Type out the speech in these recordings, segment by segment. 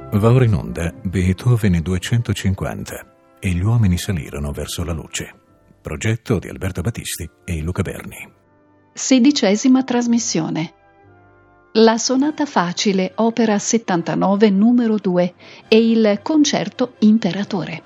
Va ora in onda Beethoven 250 e gli uomini salirono verso la luce. Progetto di Alberto Battisti e Luca Berni. 16ª trasmissione. La sonata facile, opera 79, numero 2 e il concerto Imperatore.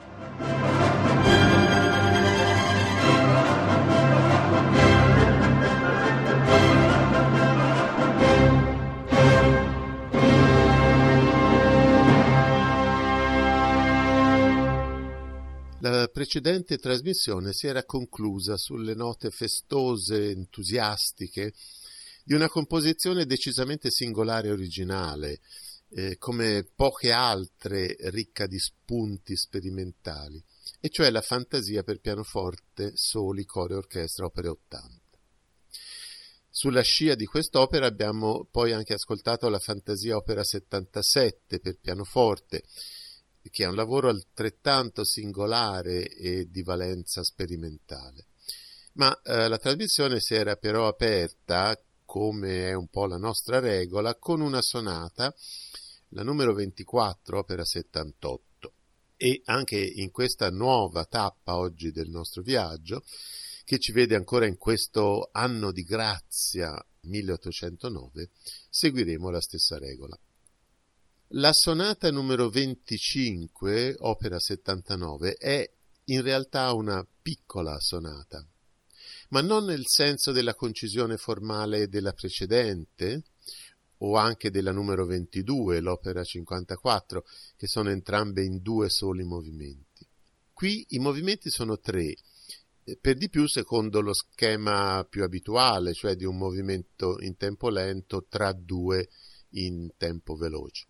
La precedente trasmissione si era conclusa sulle note festose, entusiastiche, di una composizione decisamente singolare e originale, come poche altre ricca di spunti sperimentali, e cioè la fantasia per pianoforte, soli, coro e orchestra, opere 80. Sulla scia di quest'opera abbiamo poi anche ascoltato la fantasia opera 77 per pianoforte, che è un lavoro altrettanto singolare e di valenza sperimentale. Ma la trasmissione si era però aperta, come è un po' la nostra regola, con una sonata, la numero 24, opera 78. E anche in questa nuova tappa oggi del nostro viaggio, che ci vede ancora in questo anno di grazia 1809, seguiremo la stessa regola. La sonata numero 25, opera 79, è in realtà una piccola sonata, ma non nel senso della concisione formale della precedente, o anche della numero 22, l'opera 54, che sono entrambe in due soli movimenti. Qui i movimenti sono tre, per di più secondo lo schema più abituale, cioè di un movimento in tempo lento tra due in tempo veloce.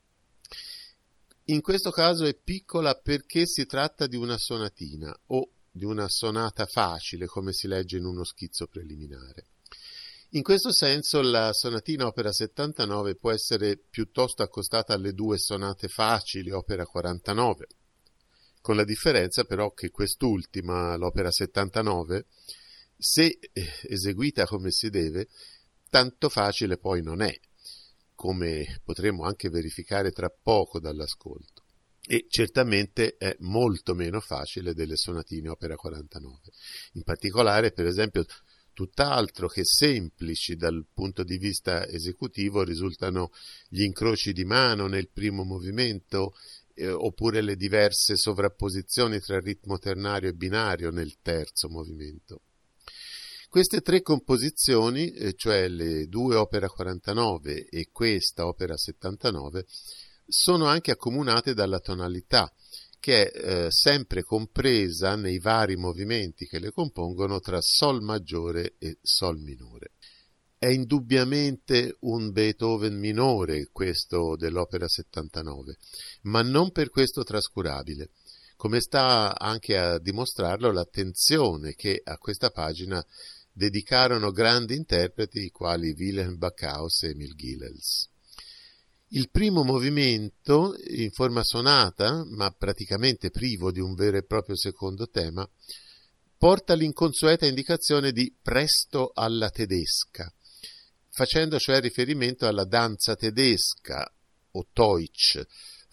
In questo caso è piccola perché si tratta di una sonatina o di una sonata facile, come si legge in uno schizzo preliminare. In questo senso la sonatina opera 79 può essere piuttosto accostata alle due sonate facili opera 49, con la differenza però che quest'ultima, l'opera 79, se eseguita come si deve, tanto facile poi non è, come potremo anche verificare tra poco dall'ascolto, e certamente è molto meno facile delle sonatine opera 49. In particolare, per esempio, tutt'altro che semplici dal punto di vista esecutivo risultano gli incroci di mano nel primo movimento, oppure le diverse sovrapposizioni tra ritmo ternario e binario nel terzo movimento. Queste tre composizioni, cioè le due opera 49 e questa opera 79, sono anche accomunate dalla tonalità, che è sempre compresa nei vari movimenti che le compongono tra Sol maggiore e Sol minore. È indubbiamente un Beethoven minore questo dell'opera 79, ma non per questo trascurabile, come sta anche a dimostrarlo l'attenzione che a questa pagina dedicarono grandi interpreti quali Wilhelm Backhaus e Emil Gilels. Il primo movimento, in forma sonata, ma praticamente privo di un vero e proprio secondo tema, porta l'inconsueta indicazione di presto alla tedesca, facendo cioè riferimento alla danza tedesca, o Deutsch,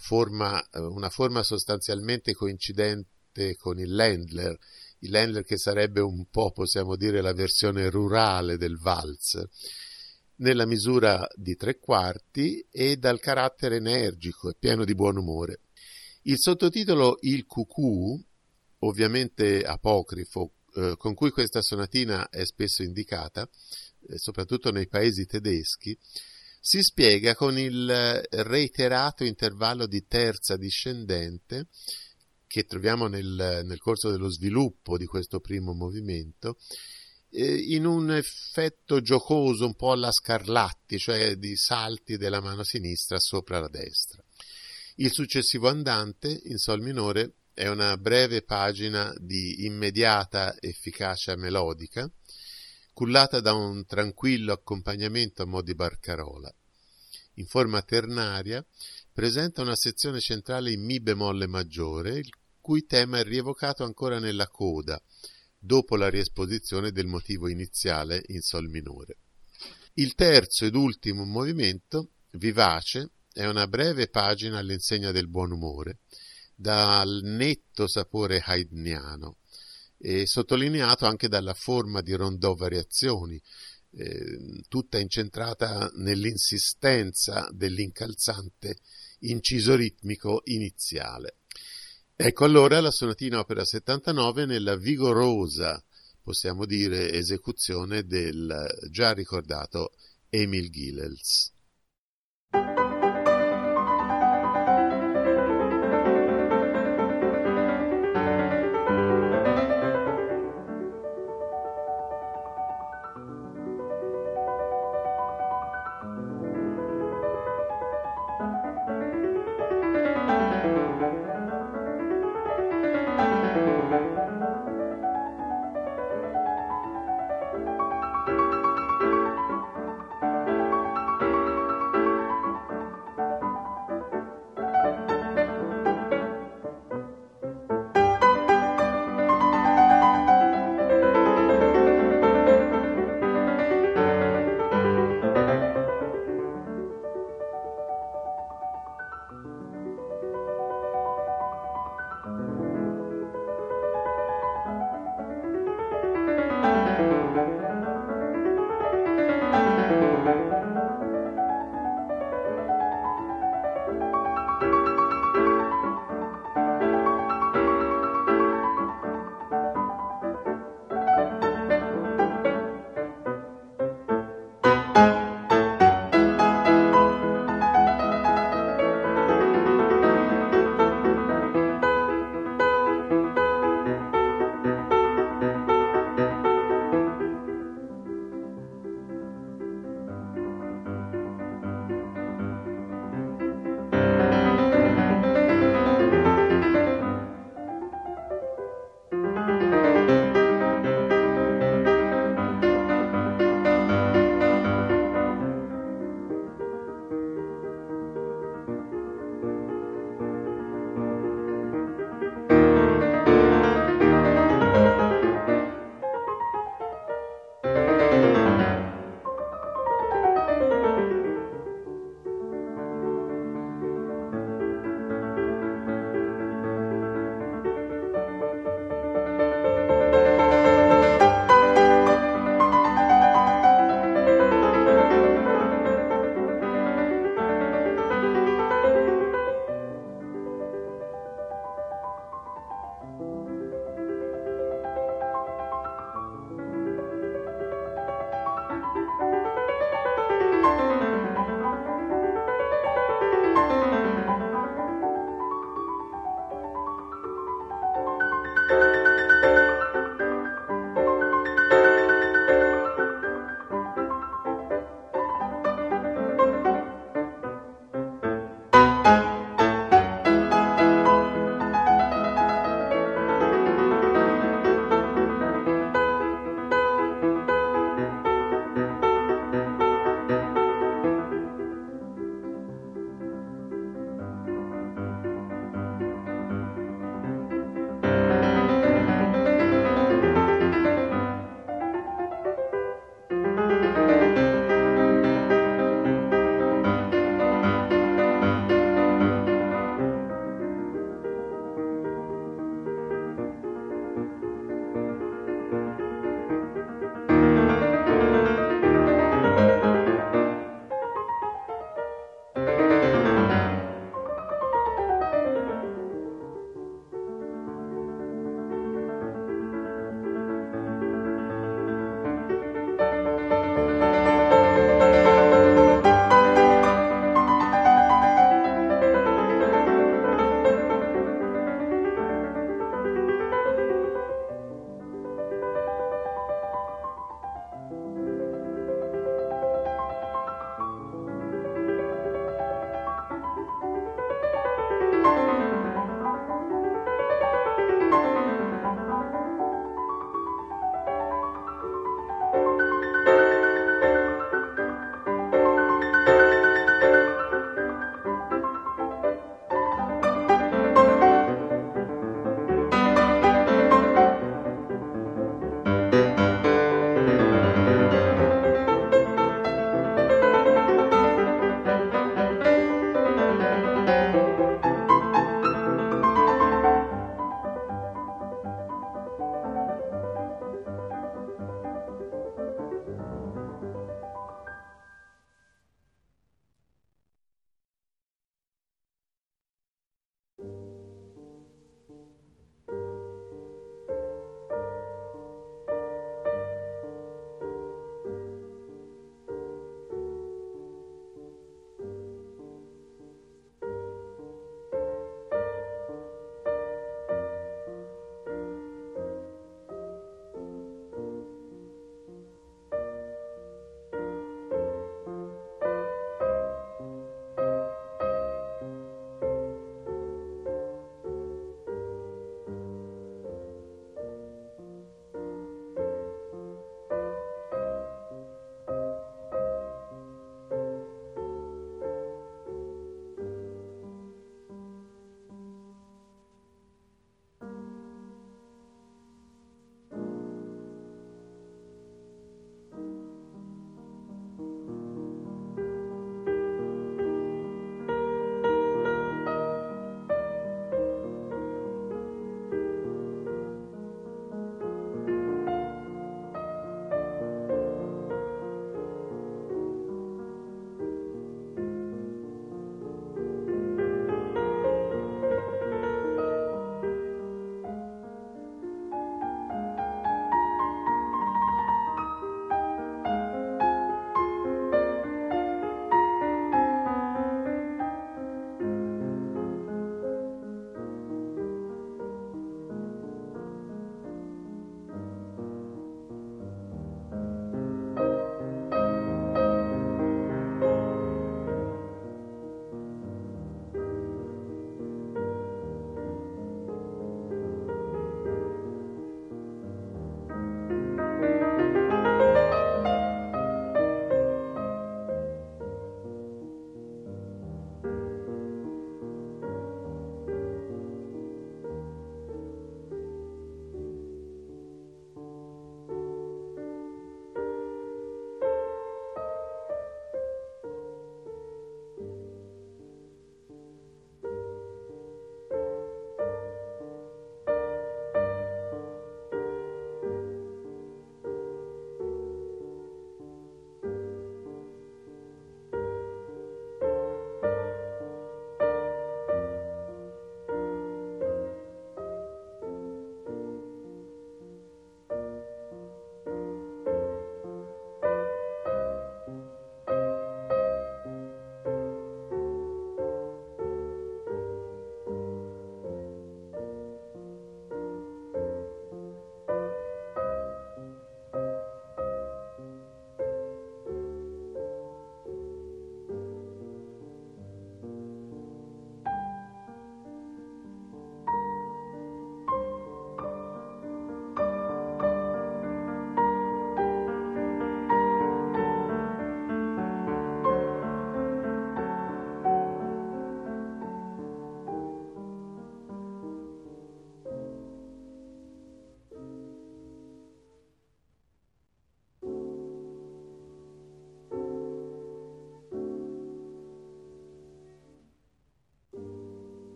una forma sostanzialmente coincidente con il Ländler che sarebbe un po', possiamo dire, la versione rurale del valzer, nella misura di 3/4 e dal carattere energico e pieno di buon umore. Il sottotitolo Il Cucù, ovviamente apocrifo, con cui questa sonatina è spesso indicata, soprattutto nei paesi tedeschi, si spiega con il reiterato intervallo di terza discendente che troviamo nel corso dello sviluppo di questo primo movimento, in un effetto giocoso un po' alla Scarlatti, cioè di salti della mano sinistra sopra la destra. Il successivo andante, in Sol minore, è una breve pagina di immediata efficacia melodica, cullata da un tranquillo accompagnamento a mo' di barcarola. In forma ternaria, presenta una sezione centrale in Mi bemolle maggiore, il cui tema è rievocato ancora nella coda, dopo la riesposizione del motivo iniziale in Sol minore. Il terzo ed ultimo movimento, vivace, è una breve pagina all'insegna del buon umore, dal netto sapore haydniano e sottolineato anche dalla forma di rondò variazioni, tutta incentrata nell'insistenza dell'incalzante inciso ritmico iniziale. Ecco allora la sonatina opera 79 nella vigorosa, possiamo dire, esecuzione del già ricordato Emil Gilels.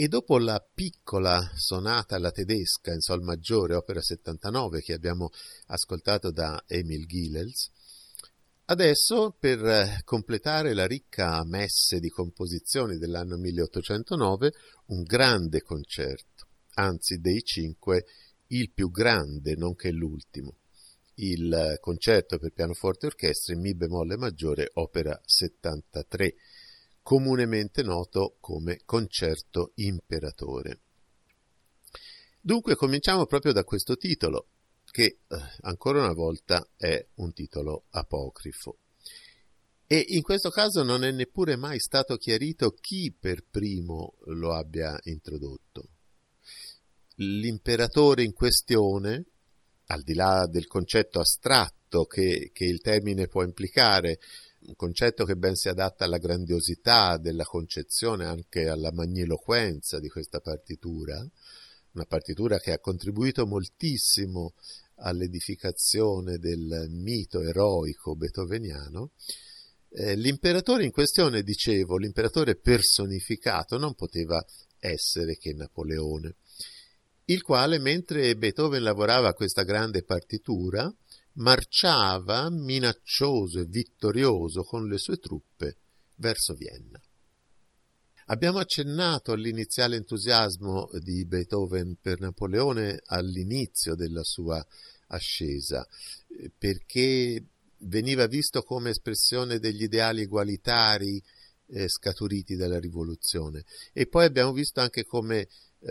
E dopo la piccola sonata alla tedesca in sol maggiore, opera 79, che abbiamo ascoltato da Emil Gilels, adesso, per completare la ricca messe di composizioni dell'anno 1809, un grande concerto, anzi dei 5, il più grande, nonché l'ultimo, il concerto per pianoforte e orchestra in mi bemolle maggiore, opera 73, comunemente noto come concerto imperatore. Dunque cominciamo proprio da questo titolo, che ancora una volta è un titolo apocrifo. E in questo caso non è neppure mai stato chiarito chi per primo lo abbia introdotto. L'imperatore in questione, al di là del concetto astratto che il termine può implicare, un concetto che ben si adatta alla grandiosità della concezione, anche alla magniloquenza di questa partitura, una partitura che ha contribuito moltissimo all'edificazione del mito eroico beethoveniano. L'imperatore in questione, dicevo, l'imperatore personificato non poteva essere che Napoleone, il quale, mentre Beethoven lavorava a questa grande partitura, marciava minaccioso e vittorioso con le sue truppe verso Vienna. Abbiamo accennato all'iniziale entusiasmo di Beethoven per Napoleone all'inizio della sua ascesa, perché veniva visto come espressione degli ideali egualitari scaturiti dalla rivoluzione, e poi abbiamo visto anche come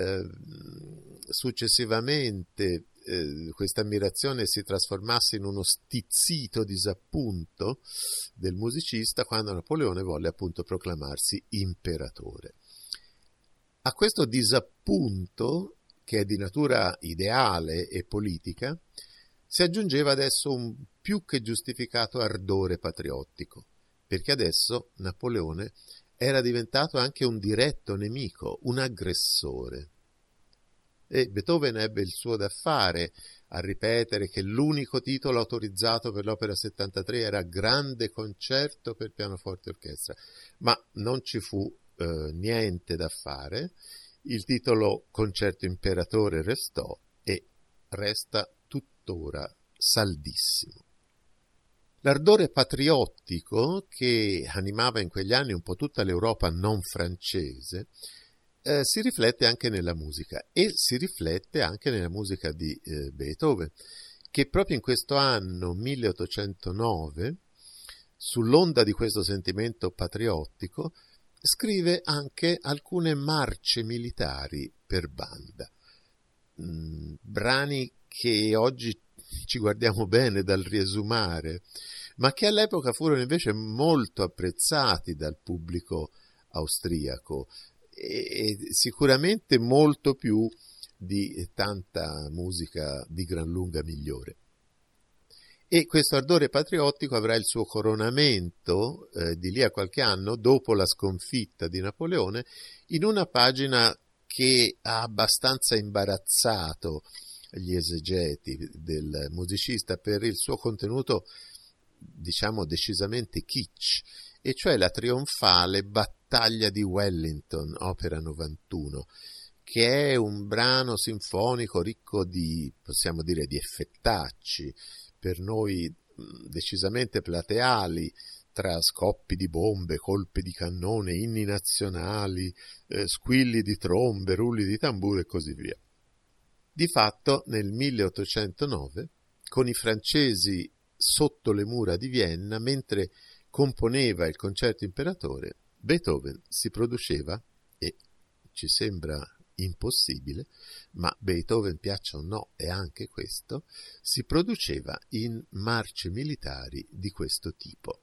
successivamente questa ammirazione si trasformasse in uno stizzito disappunto del musicista quando Napoleone volle appunto proclamarsi imperatore. A questo disappunto, che è di natura ideale e politica, si aggiungeva adesso un più che giustificato ardore patriottico, perché adesso Napoleone era diventato anche un diretto nemico, un aggressore. E Beethoven ebbe il suo da fare a ripetere che l'unico titolo autorizzato per l'opera 73 era Grande concerto per pianoforte e orchestra, ma non ci fu niente da fare. Il titolo Concerto imperatore restò e resta tuttora saldissimo. L'ardore patriottico che animava in quegli anni un po' tutta l'Europa non francese si riflette anche nella musica, e si riflette anche nella musica di Beethoven, che proprio in questo anno 1809, sull'onda di questo sentimento patriottico, scrive anche alcune marce militari per banda, brani che oggi ci guardiamo bene dal riesumare, ma che all'epoca furono invece molto apprezzati dal pubblico austriaco, e sicuramente molto più di tanta musica di gran lunga migliore. E questo ardore patriottico avrà il suo coronamento di lì a qualche anno, dopo la sconfitta di Napoleone, in una pagina che ha abbastanza imbarazzato gli esegeti del musicista per il suo contenuto, diciamo, decisamente kitsch, e cioè la trionfale Battaglia di Wellington, opera 91, che è un brano sinfonico ricco di, possiamo dire, di effettacci, per noi decisamente plateali, tra scoppi di bombe, colpi di cannone, inni nazionali, squilli di trombe, rulli di tamburo e così via. Di fatto, nel 1809, con i francesi sotto le mura di Vienna, mentre componeva il concerto imperatore, Beethoven si produceva, e ci sembra impossibile, ma Beethoven, piaccia o no, è anche questo, si produceva in marce militari di questo tipo.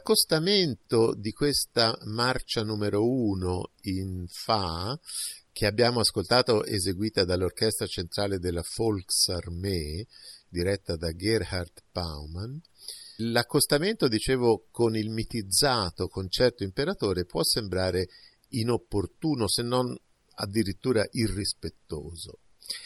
L'accostamento di questa marcia numero 1 in Fa, che abbiamo ascoltato eseguita dall'Orchestra Centrale della Volksarmee, diretta da Gerhard Baumann, l'accostamento, dicevo, con il mitizzato concerto imperatore può sembrare inopportuno, se non addirittura irrispettoso.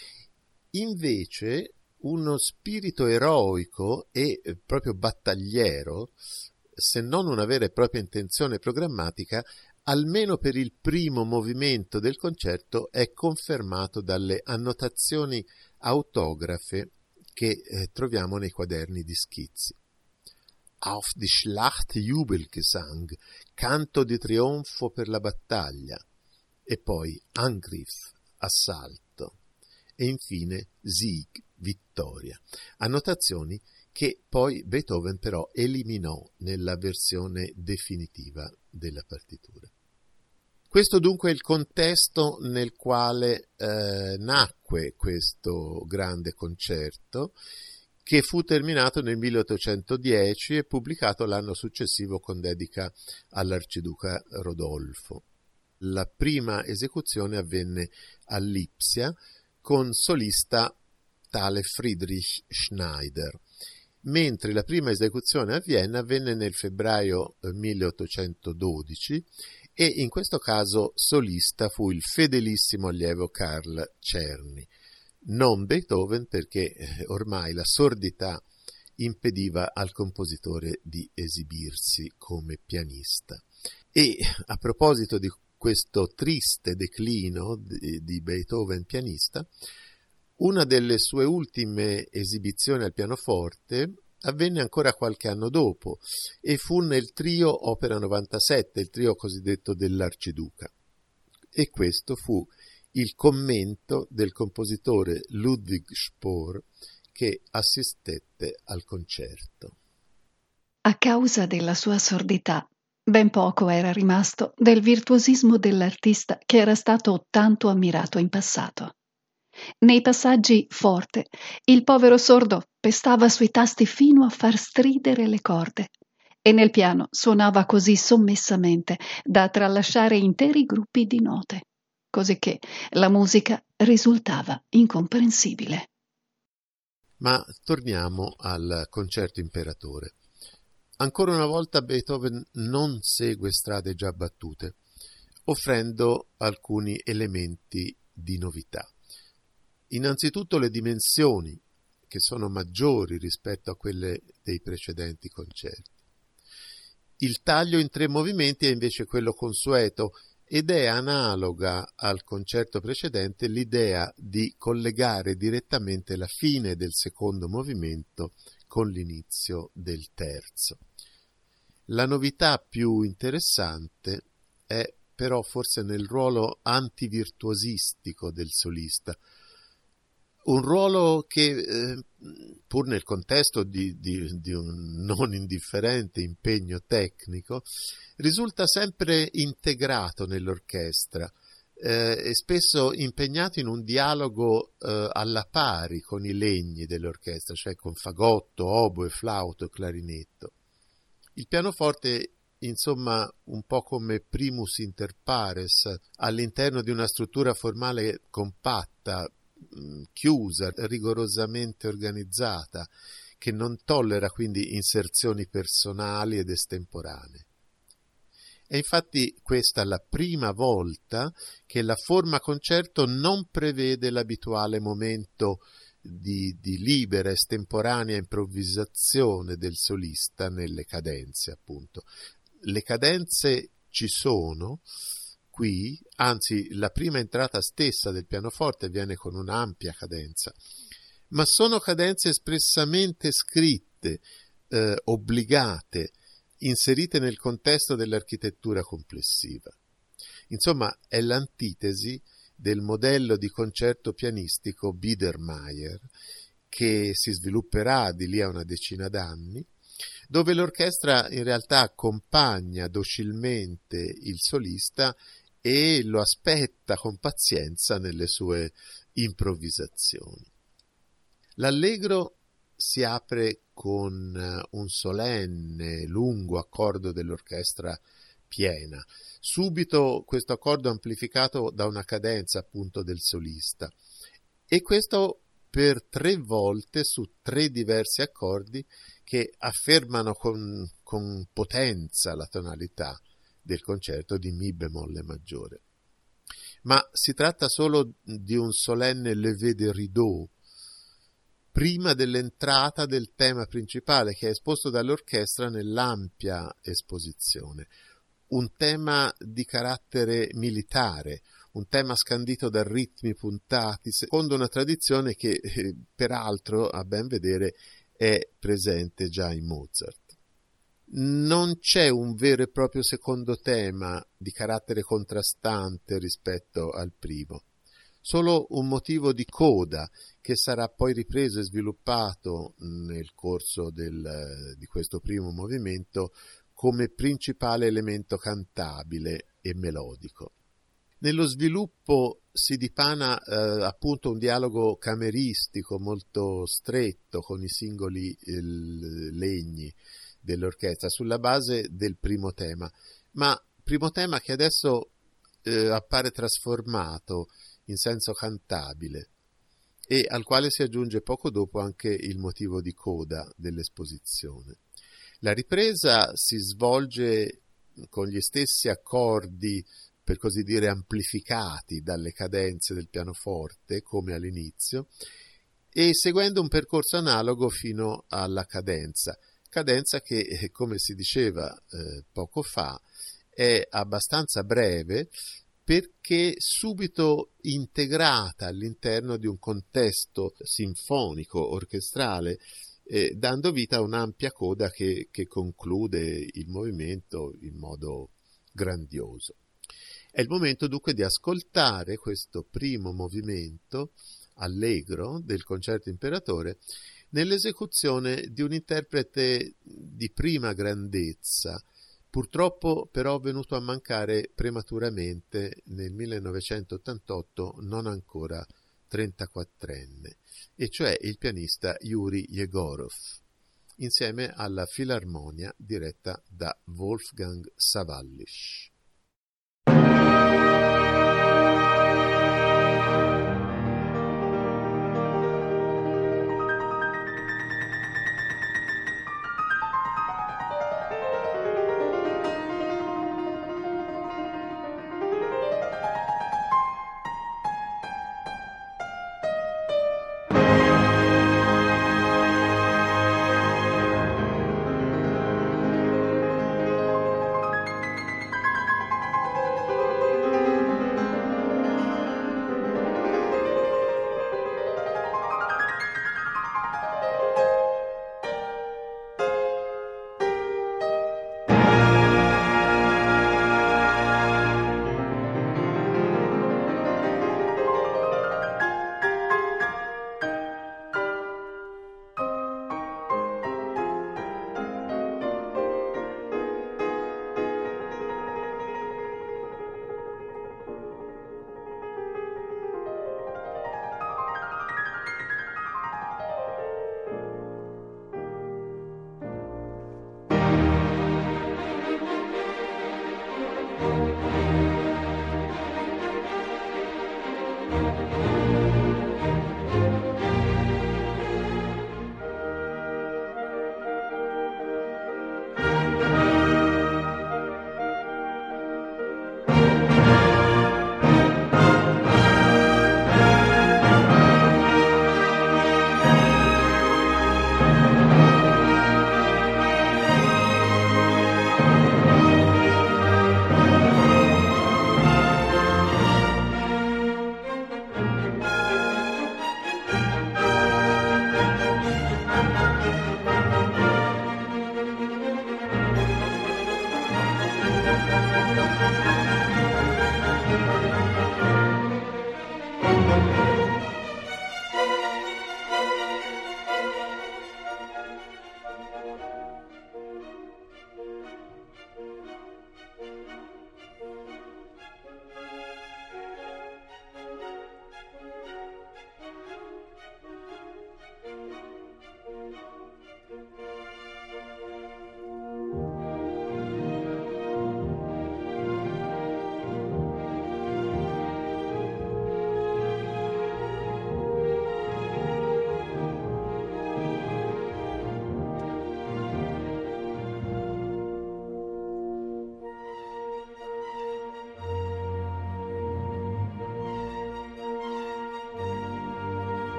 Invece uno spirito eroico e proprio battagliero, se non una vera e propria intenzione programmatica, almeno per il primo movimento del concerto è confermato dalle annotazioni autografe che troviamo nei quaderni di schizzi. Auf die Schlacht Jubelgesang, canto di trionfo per la battaglia, e poi Angriff, assalto, e infine Sieg, vittoria. Annotazioni che poi Beethoven però eliminò nella versione definitiva della partitura. Questo dunque è il contesto nel quale nacque questo grande concerto, che fu terminato nel 1810 e pubblicato l'anno successivo con dedica all'arciduca Rodolfo. La prima esecuzione avvenne a Lipsia con solista tale Friedrich Schneider, mentre la prima esecuzione a Vienna avvenne nel febbraio 1812 e in questo caso solista fu il fedelissimo allievo Carl Czerny. Non Beethoven, perché ormai la sordità impediva al compositore di esibirsi come pianista. E a proposito di questo triste declino di Beethoven pianista, una delle sue ultime esibizioni al pianoforte avvenne ancora qualche anno dopo e fu nel trio Opera 97, il trio cosiddetto dell'Arciduca. E questo fu il commento del compositore Ludwig Spohr che assistette al concerto. A causa della sua sordità, ben poco era rimasto del virtuosismo dell'artista che era stato tanto ammirato in passato. Nei passaggi forte, il povero sordo pestava sui tasti fino a far stridere le corde e nel piano suonava così sommessamente da tralasciare interi gruppi di note, cosicché la musica risultava incomprensibile. Ma torniamo al concerto imperatore. Ancora una volta Beethoven non segue strade già battute, offrendo alcuni elementi di novità. Innanzitutto le dimensioni, che sono maggiori rispetto a quelle dei precedenti concerti. Il taglio in 3 movimenti è invece quello consueto ed è analoga al concerto precedente l'idea di collegare direttamente la fine del secondo movimento con l'inizio del terzo. La novità più interessante è però forse nel ruolo antivirtuosistico del solista, un ruolo che, pur nel contesto di un non indifferente impegno tecnico, risulta sempre integrato nell'orchestra e spesso impegnato in un dialogo alla pari con i legni dell'orchestra, cioè con fagotto, oboe, flauto e clarinetto. Il pianoforte, insomma, un po' come primus inter pares, all'interno di una struttura formale compatta, chiusa, rigorosamente organizzata, che non tollera quindi inserzioni personali ed estemporanee. È infatti questa la prima volta che la forma concerto non prevede l'abituale momento di libera estemporanea improvvisazione del solista nelle cadenze, appunto. Le cadenze ci sono qui, anzi la prima entrata stessa del pianoforte avviene con un'ampia cadenza, ma sono cadenze espressamente scritte, obbligate, inserite nel contesto dell'architettura complessiva. Insomma, è l'antitesi del modello di concerto pianistico Biedermeier, che si svilupperà di lì a una decina d'anni, dove l'orchestra in realtà accompagna docilmente il solista e lo aspetta con pazienza nelle sue improvvisazioni. L'allegro si apre con un solenne, lungo accordo dell'orchestra piena. Subito questo accordo amplificato da una cadenza appunto del solista. E questo per 3 volte su 3 diversi accordi che affermano con potenza la tonalità del concerto di Mi bemolle maggiore. Ma si tratta solo di un solenne levé de rideau, prima dell'entrata del tema principale che è esposto dall'orchestra nell'ampia esposizione. Un tema di carattere militare, un tema scandito da ritmi puntati, secondo una tradizione che peraltro, a ben vedere, è presente già in Mozart. Non c'è un vero e proprio secondo tema di carattere contrastante rispetto al primo, solo un motivo di coda che sarà poi ripreso e sviluppato nel corso di questo primo movimento come principale elemento cantabile e melodico. Nello sviluppo si dipana appunto un dialogo cameristico molto stretto con i singoli legni dell'orchestra sulla base del primo tema, ma primo tema che adesso appare trasformato in senso cantabile e al quale si aggiunge poco dopo anche il motivo di coda dell'esposizione. La ripresa si svolge con gli stessi accordi, per così dire, amplificati dalle cadenze del pianoforte, come all'inizio, e seguendo un percorso analogo fino alla cadenza che, come si diceva poco fa, è abbastanza breve perché subito integrata all'interno di un contesto sinfonico, orchestrale, dando vita a un'ampia coda che conclude il movimento in modo grandioso. È il momento dunque di ascoltare questo primo movimento allegro del concerto imperatore nell'esecuzione di un interprete di prima grandezza, purtroppo però venuto a mancare prematuramente nel 1988, non ancora 34enne, e cioè il pianista Yuri Yegorov, insieme alla filarmonia diretta da Wolfgang Sawallisch.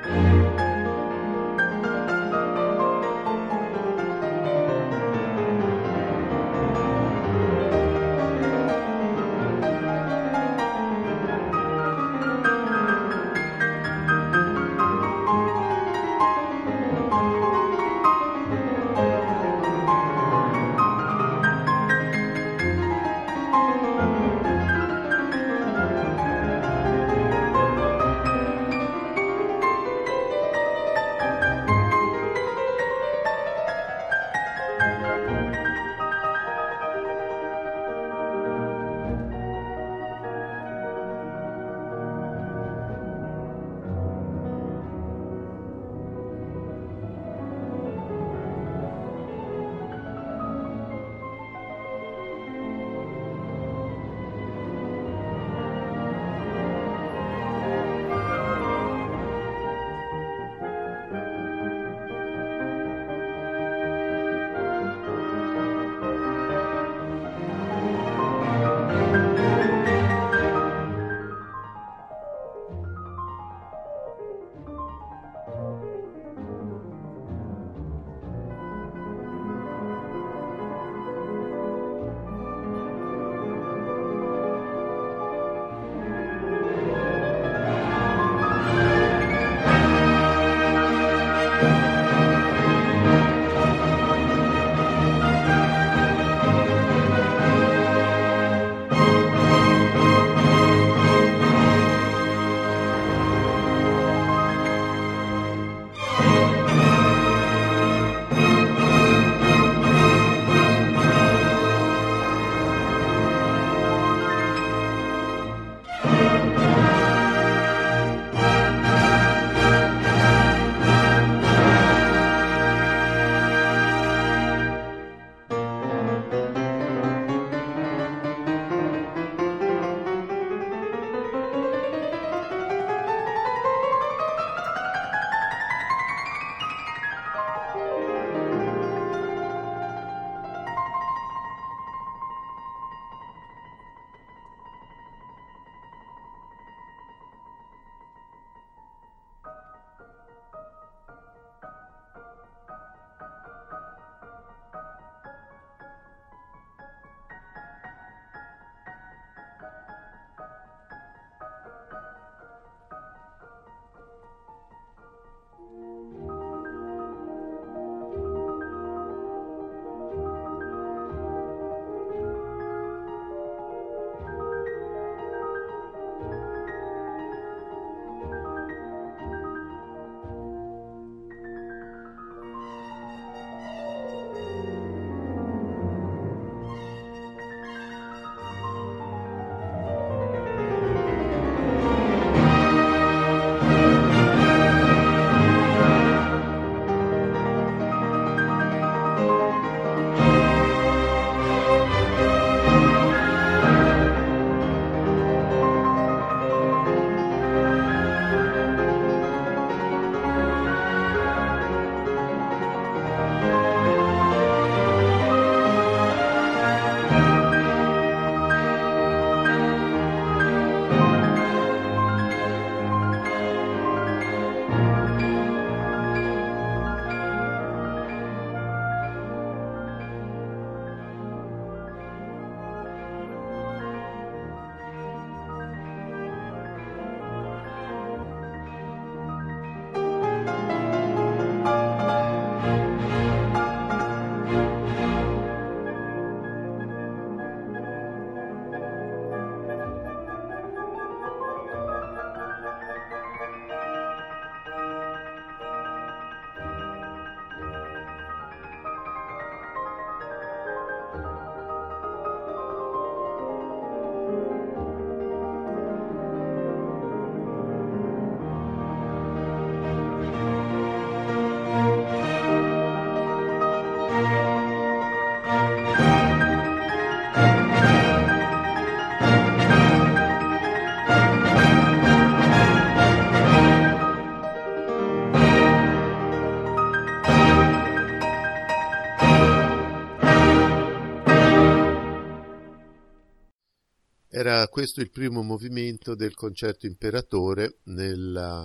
Era questo il primo movimento del concerto Imperatore nella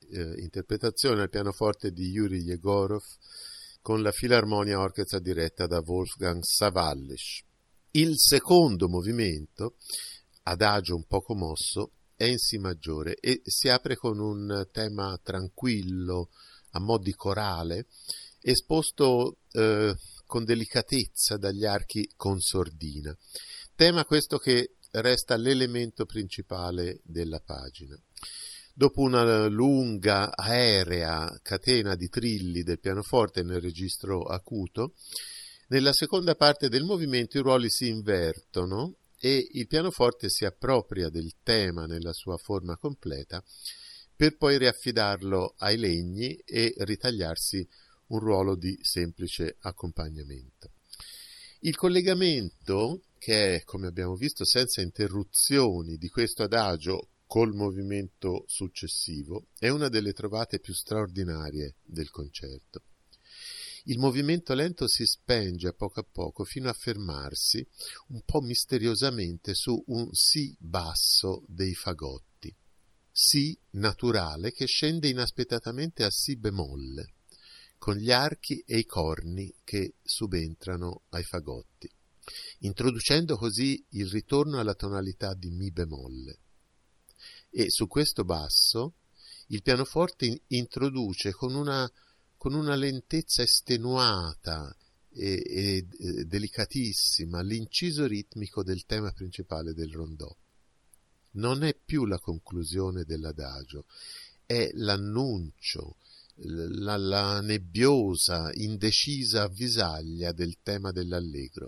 interpretazione al pianoforte di Yuri Yegorov con la Filarmonia Orchestra diretta da Wolfgang Sawallisch. Il secondo movimento, adagio un poco mosso, è in Si maggiore e si apre con un tema tranquillo, a mo' di corale, esposto con delicatezza dagli archi con sordina. Tema questo che resta l'elemento principale della pagina. Dopo una lunga, aerea catena di trilli del pianoforte nel registro acuto, nella seconda parte del movimento i ruoli si invertono e il pianoforte si appropria del tema nella sua forma completa per poi riaffidarlo ai legni e ritagliarsi un ruolo di semplice accompagnamento. Il collegamento, che è, come abbiamo visto, senza interruzioni di questo adagio col movimento successivo, è una delle trovate più straordinarie del concerto. Il movimento lento si spenge a poco fino a fermarsi un po' misteriosamente su un Si basso dei fagotti, Si naturale che scende inaspettatamente a Si bemolle, con gli archi e i corni che subentrano ai fagotti, introducendo così il ritorno alla tonalità di Mi bemolle. E su questo basso il pianoforte introduce con una lentezza estenuata e delicatissima l'inciso ritmico del tema principale del rondò. Non è più la conclusione dell'adagio, è l'annuncio, la nebbiosa, indecisa avvisaglia del tema dell'allegro.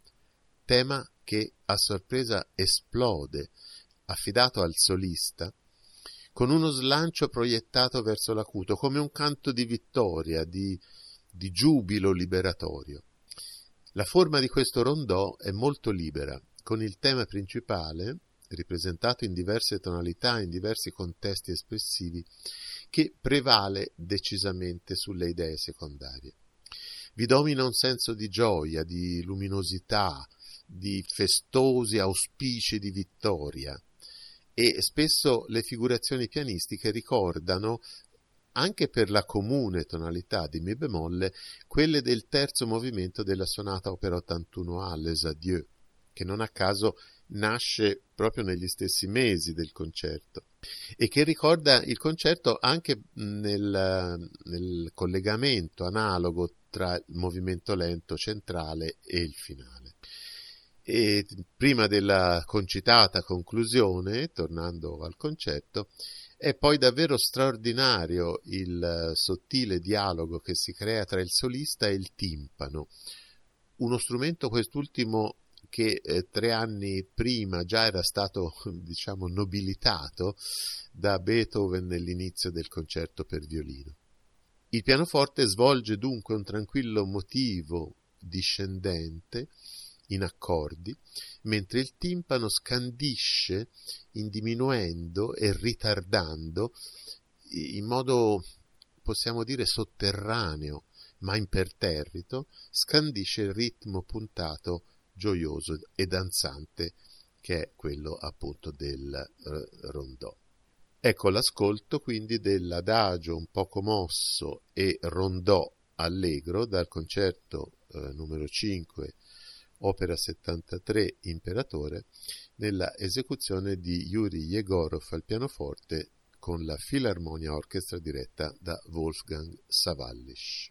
Tema che a sorpresa esplode, affidato al solista, con uno slancio proiettato verso l'acuto, come un canto di vittoria, di giubilo liberatorio. La forma di questo rondò è molto libera, con il tema principale, ripresentato in diverse tonalità, in diversi contesti espressivi, che prevale decisamente sulle idee secondarie. Vi domina un senso di gioia, di luminosità, di festosi auspici di vittoria, e spesso le figurazioni pianistiche ricordano, anche per la comune tonalità di Mi bemolle, quelle del terzo movimento della sonata opera 81A, Les Adieux, che non a caso nasce proprio negli stessi mesi del concerto e che ricorda il concerto anche nel collegamento analogo tra il movimento lento centrale e il finale. E prima della concitata conclusione, tornando al concerto, è poi davvero straordinario il sottile dialogo che si crea tra il solista e il timpano, uno strumento quest'ultimo che 3 anni prima già era stato, diciamo, nobilitato da Beethoven nell'inizio del concerto per violino. Il pianoforte svolge dunque un tranquillo motivo discendente in accordi, mentre il timpano scandisce in diminuendo e ritardando in modo, possiamo dire, sotterraneo, ma imperterrito, scandisce il ritmo puntato, gioioso e danzante che è quello appunto del rondò. Ecco l'ascolto quindi dell'adagio un poco mosso e rondò allegro dal concerto numero 5 opera 73 Imperatore nella esecuzione di Yuri Yegorov al pianoforte con la Filarmonia Orchestra diretta da Wolfgang Sawallisch.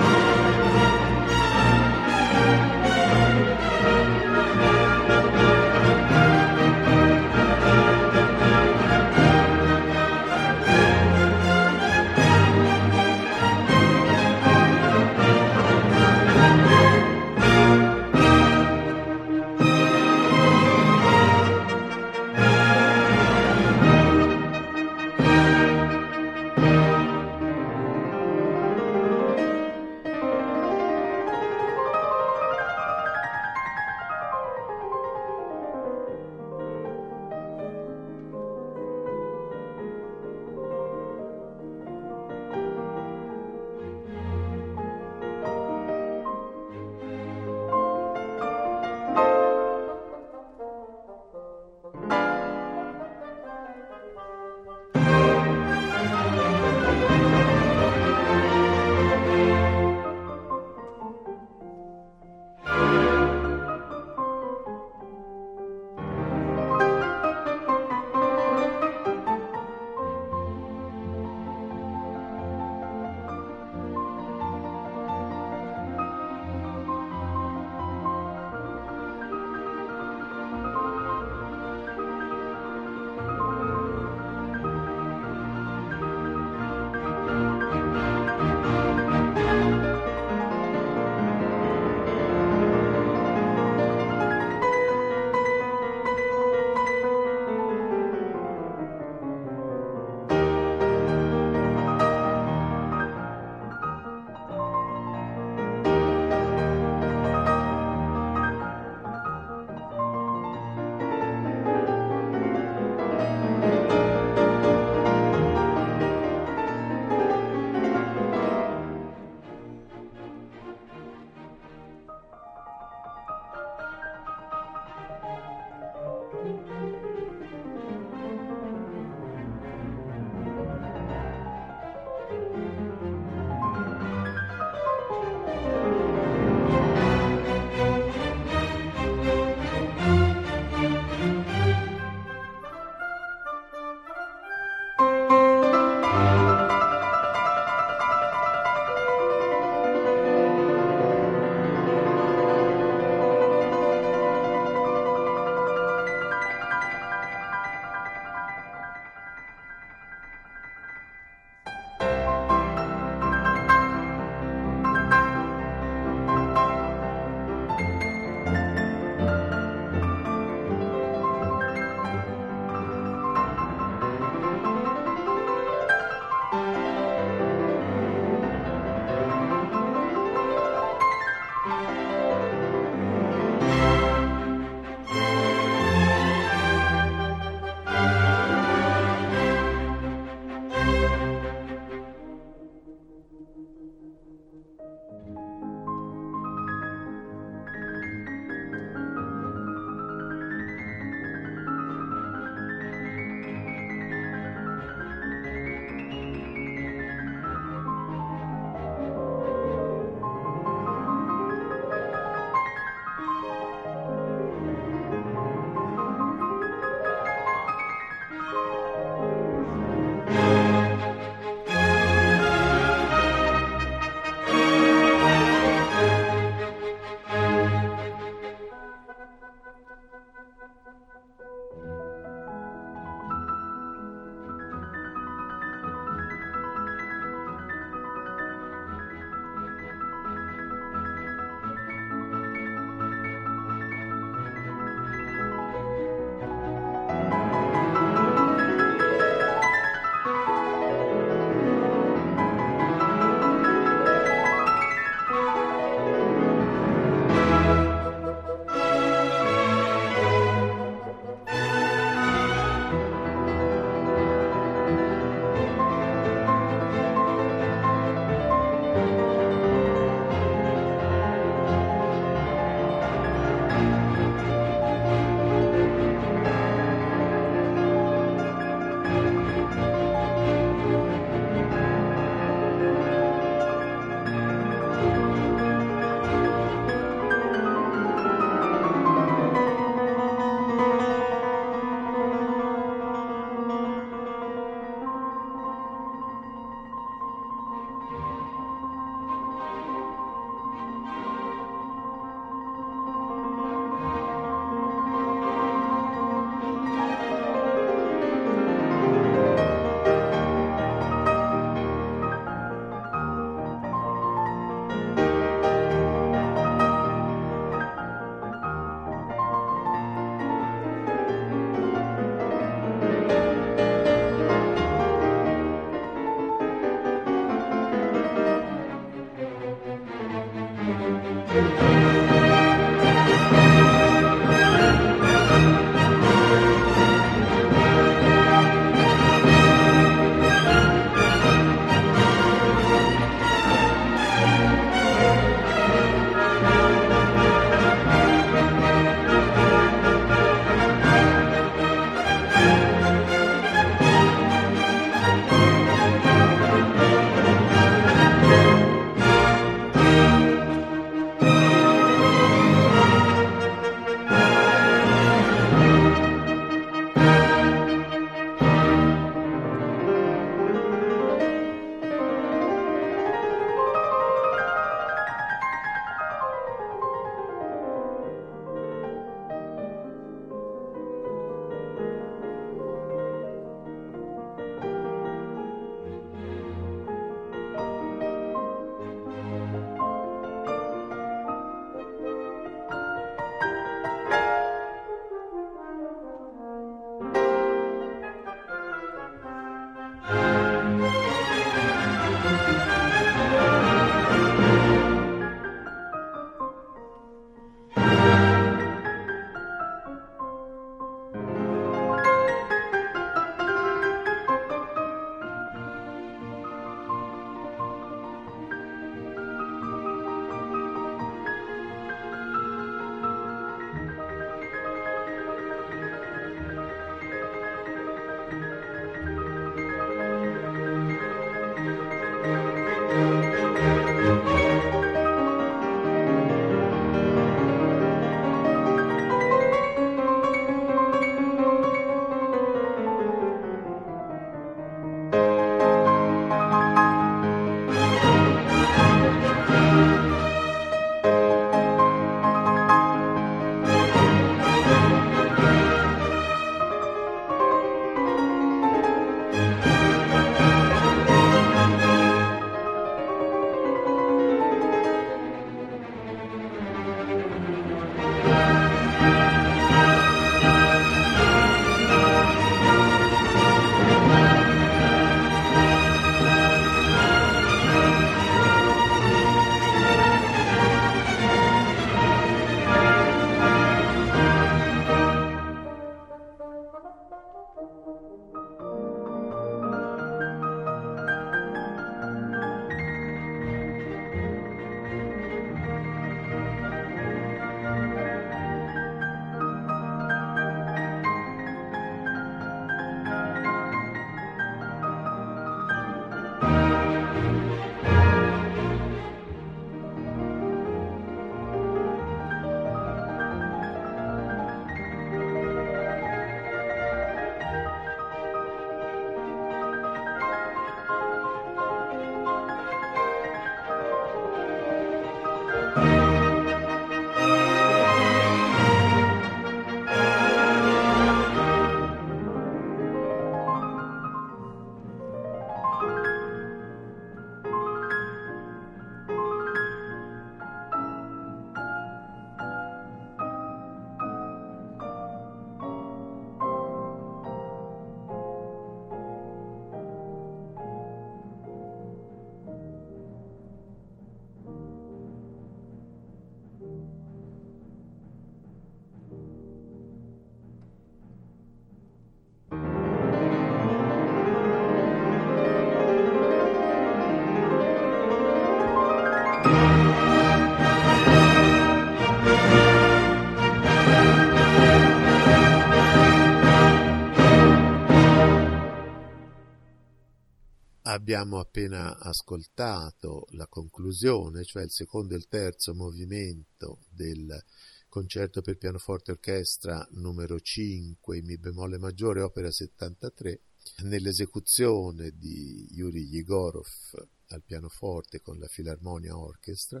Abbiamo appena ascoltato la conclusione, cioè il secondo e il terzo movimento del concerto per pianoforte e orchestra numero 5 in Mi bemolle maggiore, opera 73, nell'esecuzione di Yuri Yegorov al pianoforte con la Filarmonia Orchestra,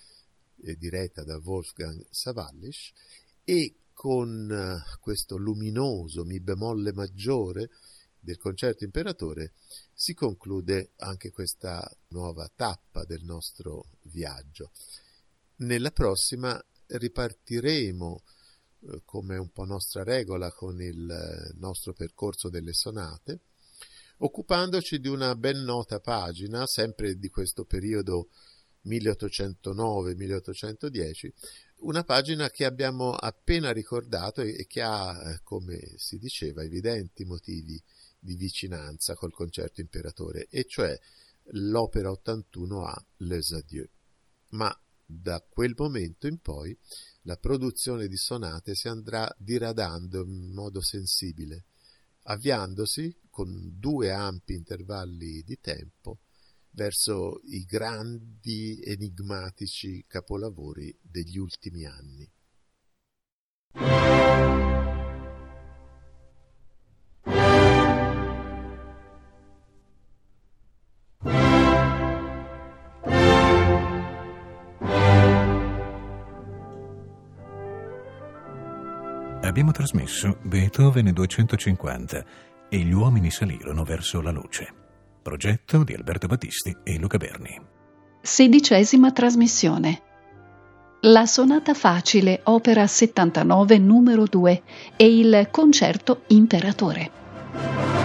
diretta da Wolfgang Sawallisch, e con questo luminoso Mi bemolle maggiore del concerto imperatore si conclude anche questa nuova tappa del nostro viaggio. Nella prossima ripartiremo, come un po' nostra regola, con il nostro percorso delle sonate, occupandoci di una ben nota pagina, sempre di questo periodo 1809-1810, una pagina che abbiamo appena ricordato e che ha, come si diceva, evidenti motivi di vicinanza col concerto imperatore, e cioè l'opera 81A Les Adieux. Ma da quel momento in poi la produzione di sonate si andrà diradando in modo sensibile, avviandosi con 2 ampi intervalli di tempo verso i grandi enigmatici capolavori degli ultimi anni. Abbiamo trasmesso Beethoven 250 e gli uomini salirono verso la luce. Progetto di Alberto Battisti e Luca Berni. 16ª trasmissione. La sonata facile, opera 79, numero 2, e il concerto imperatore.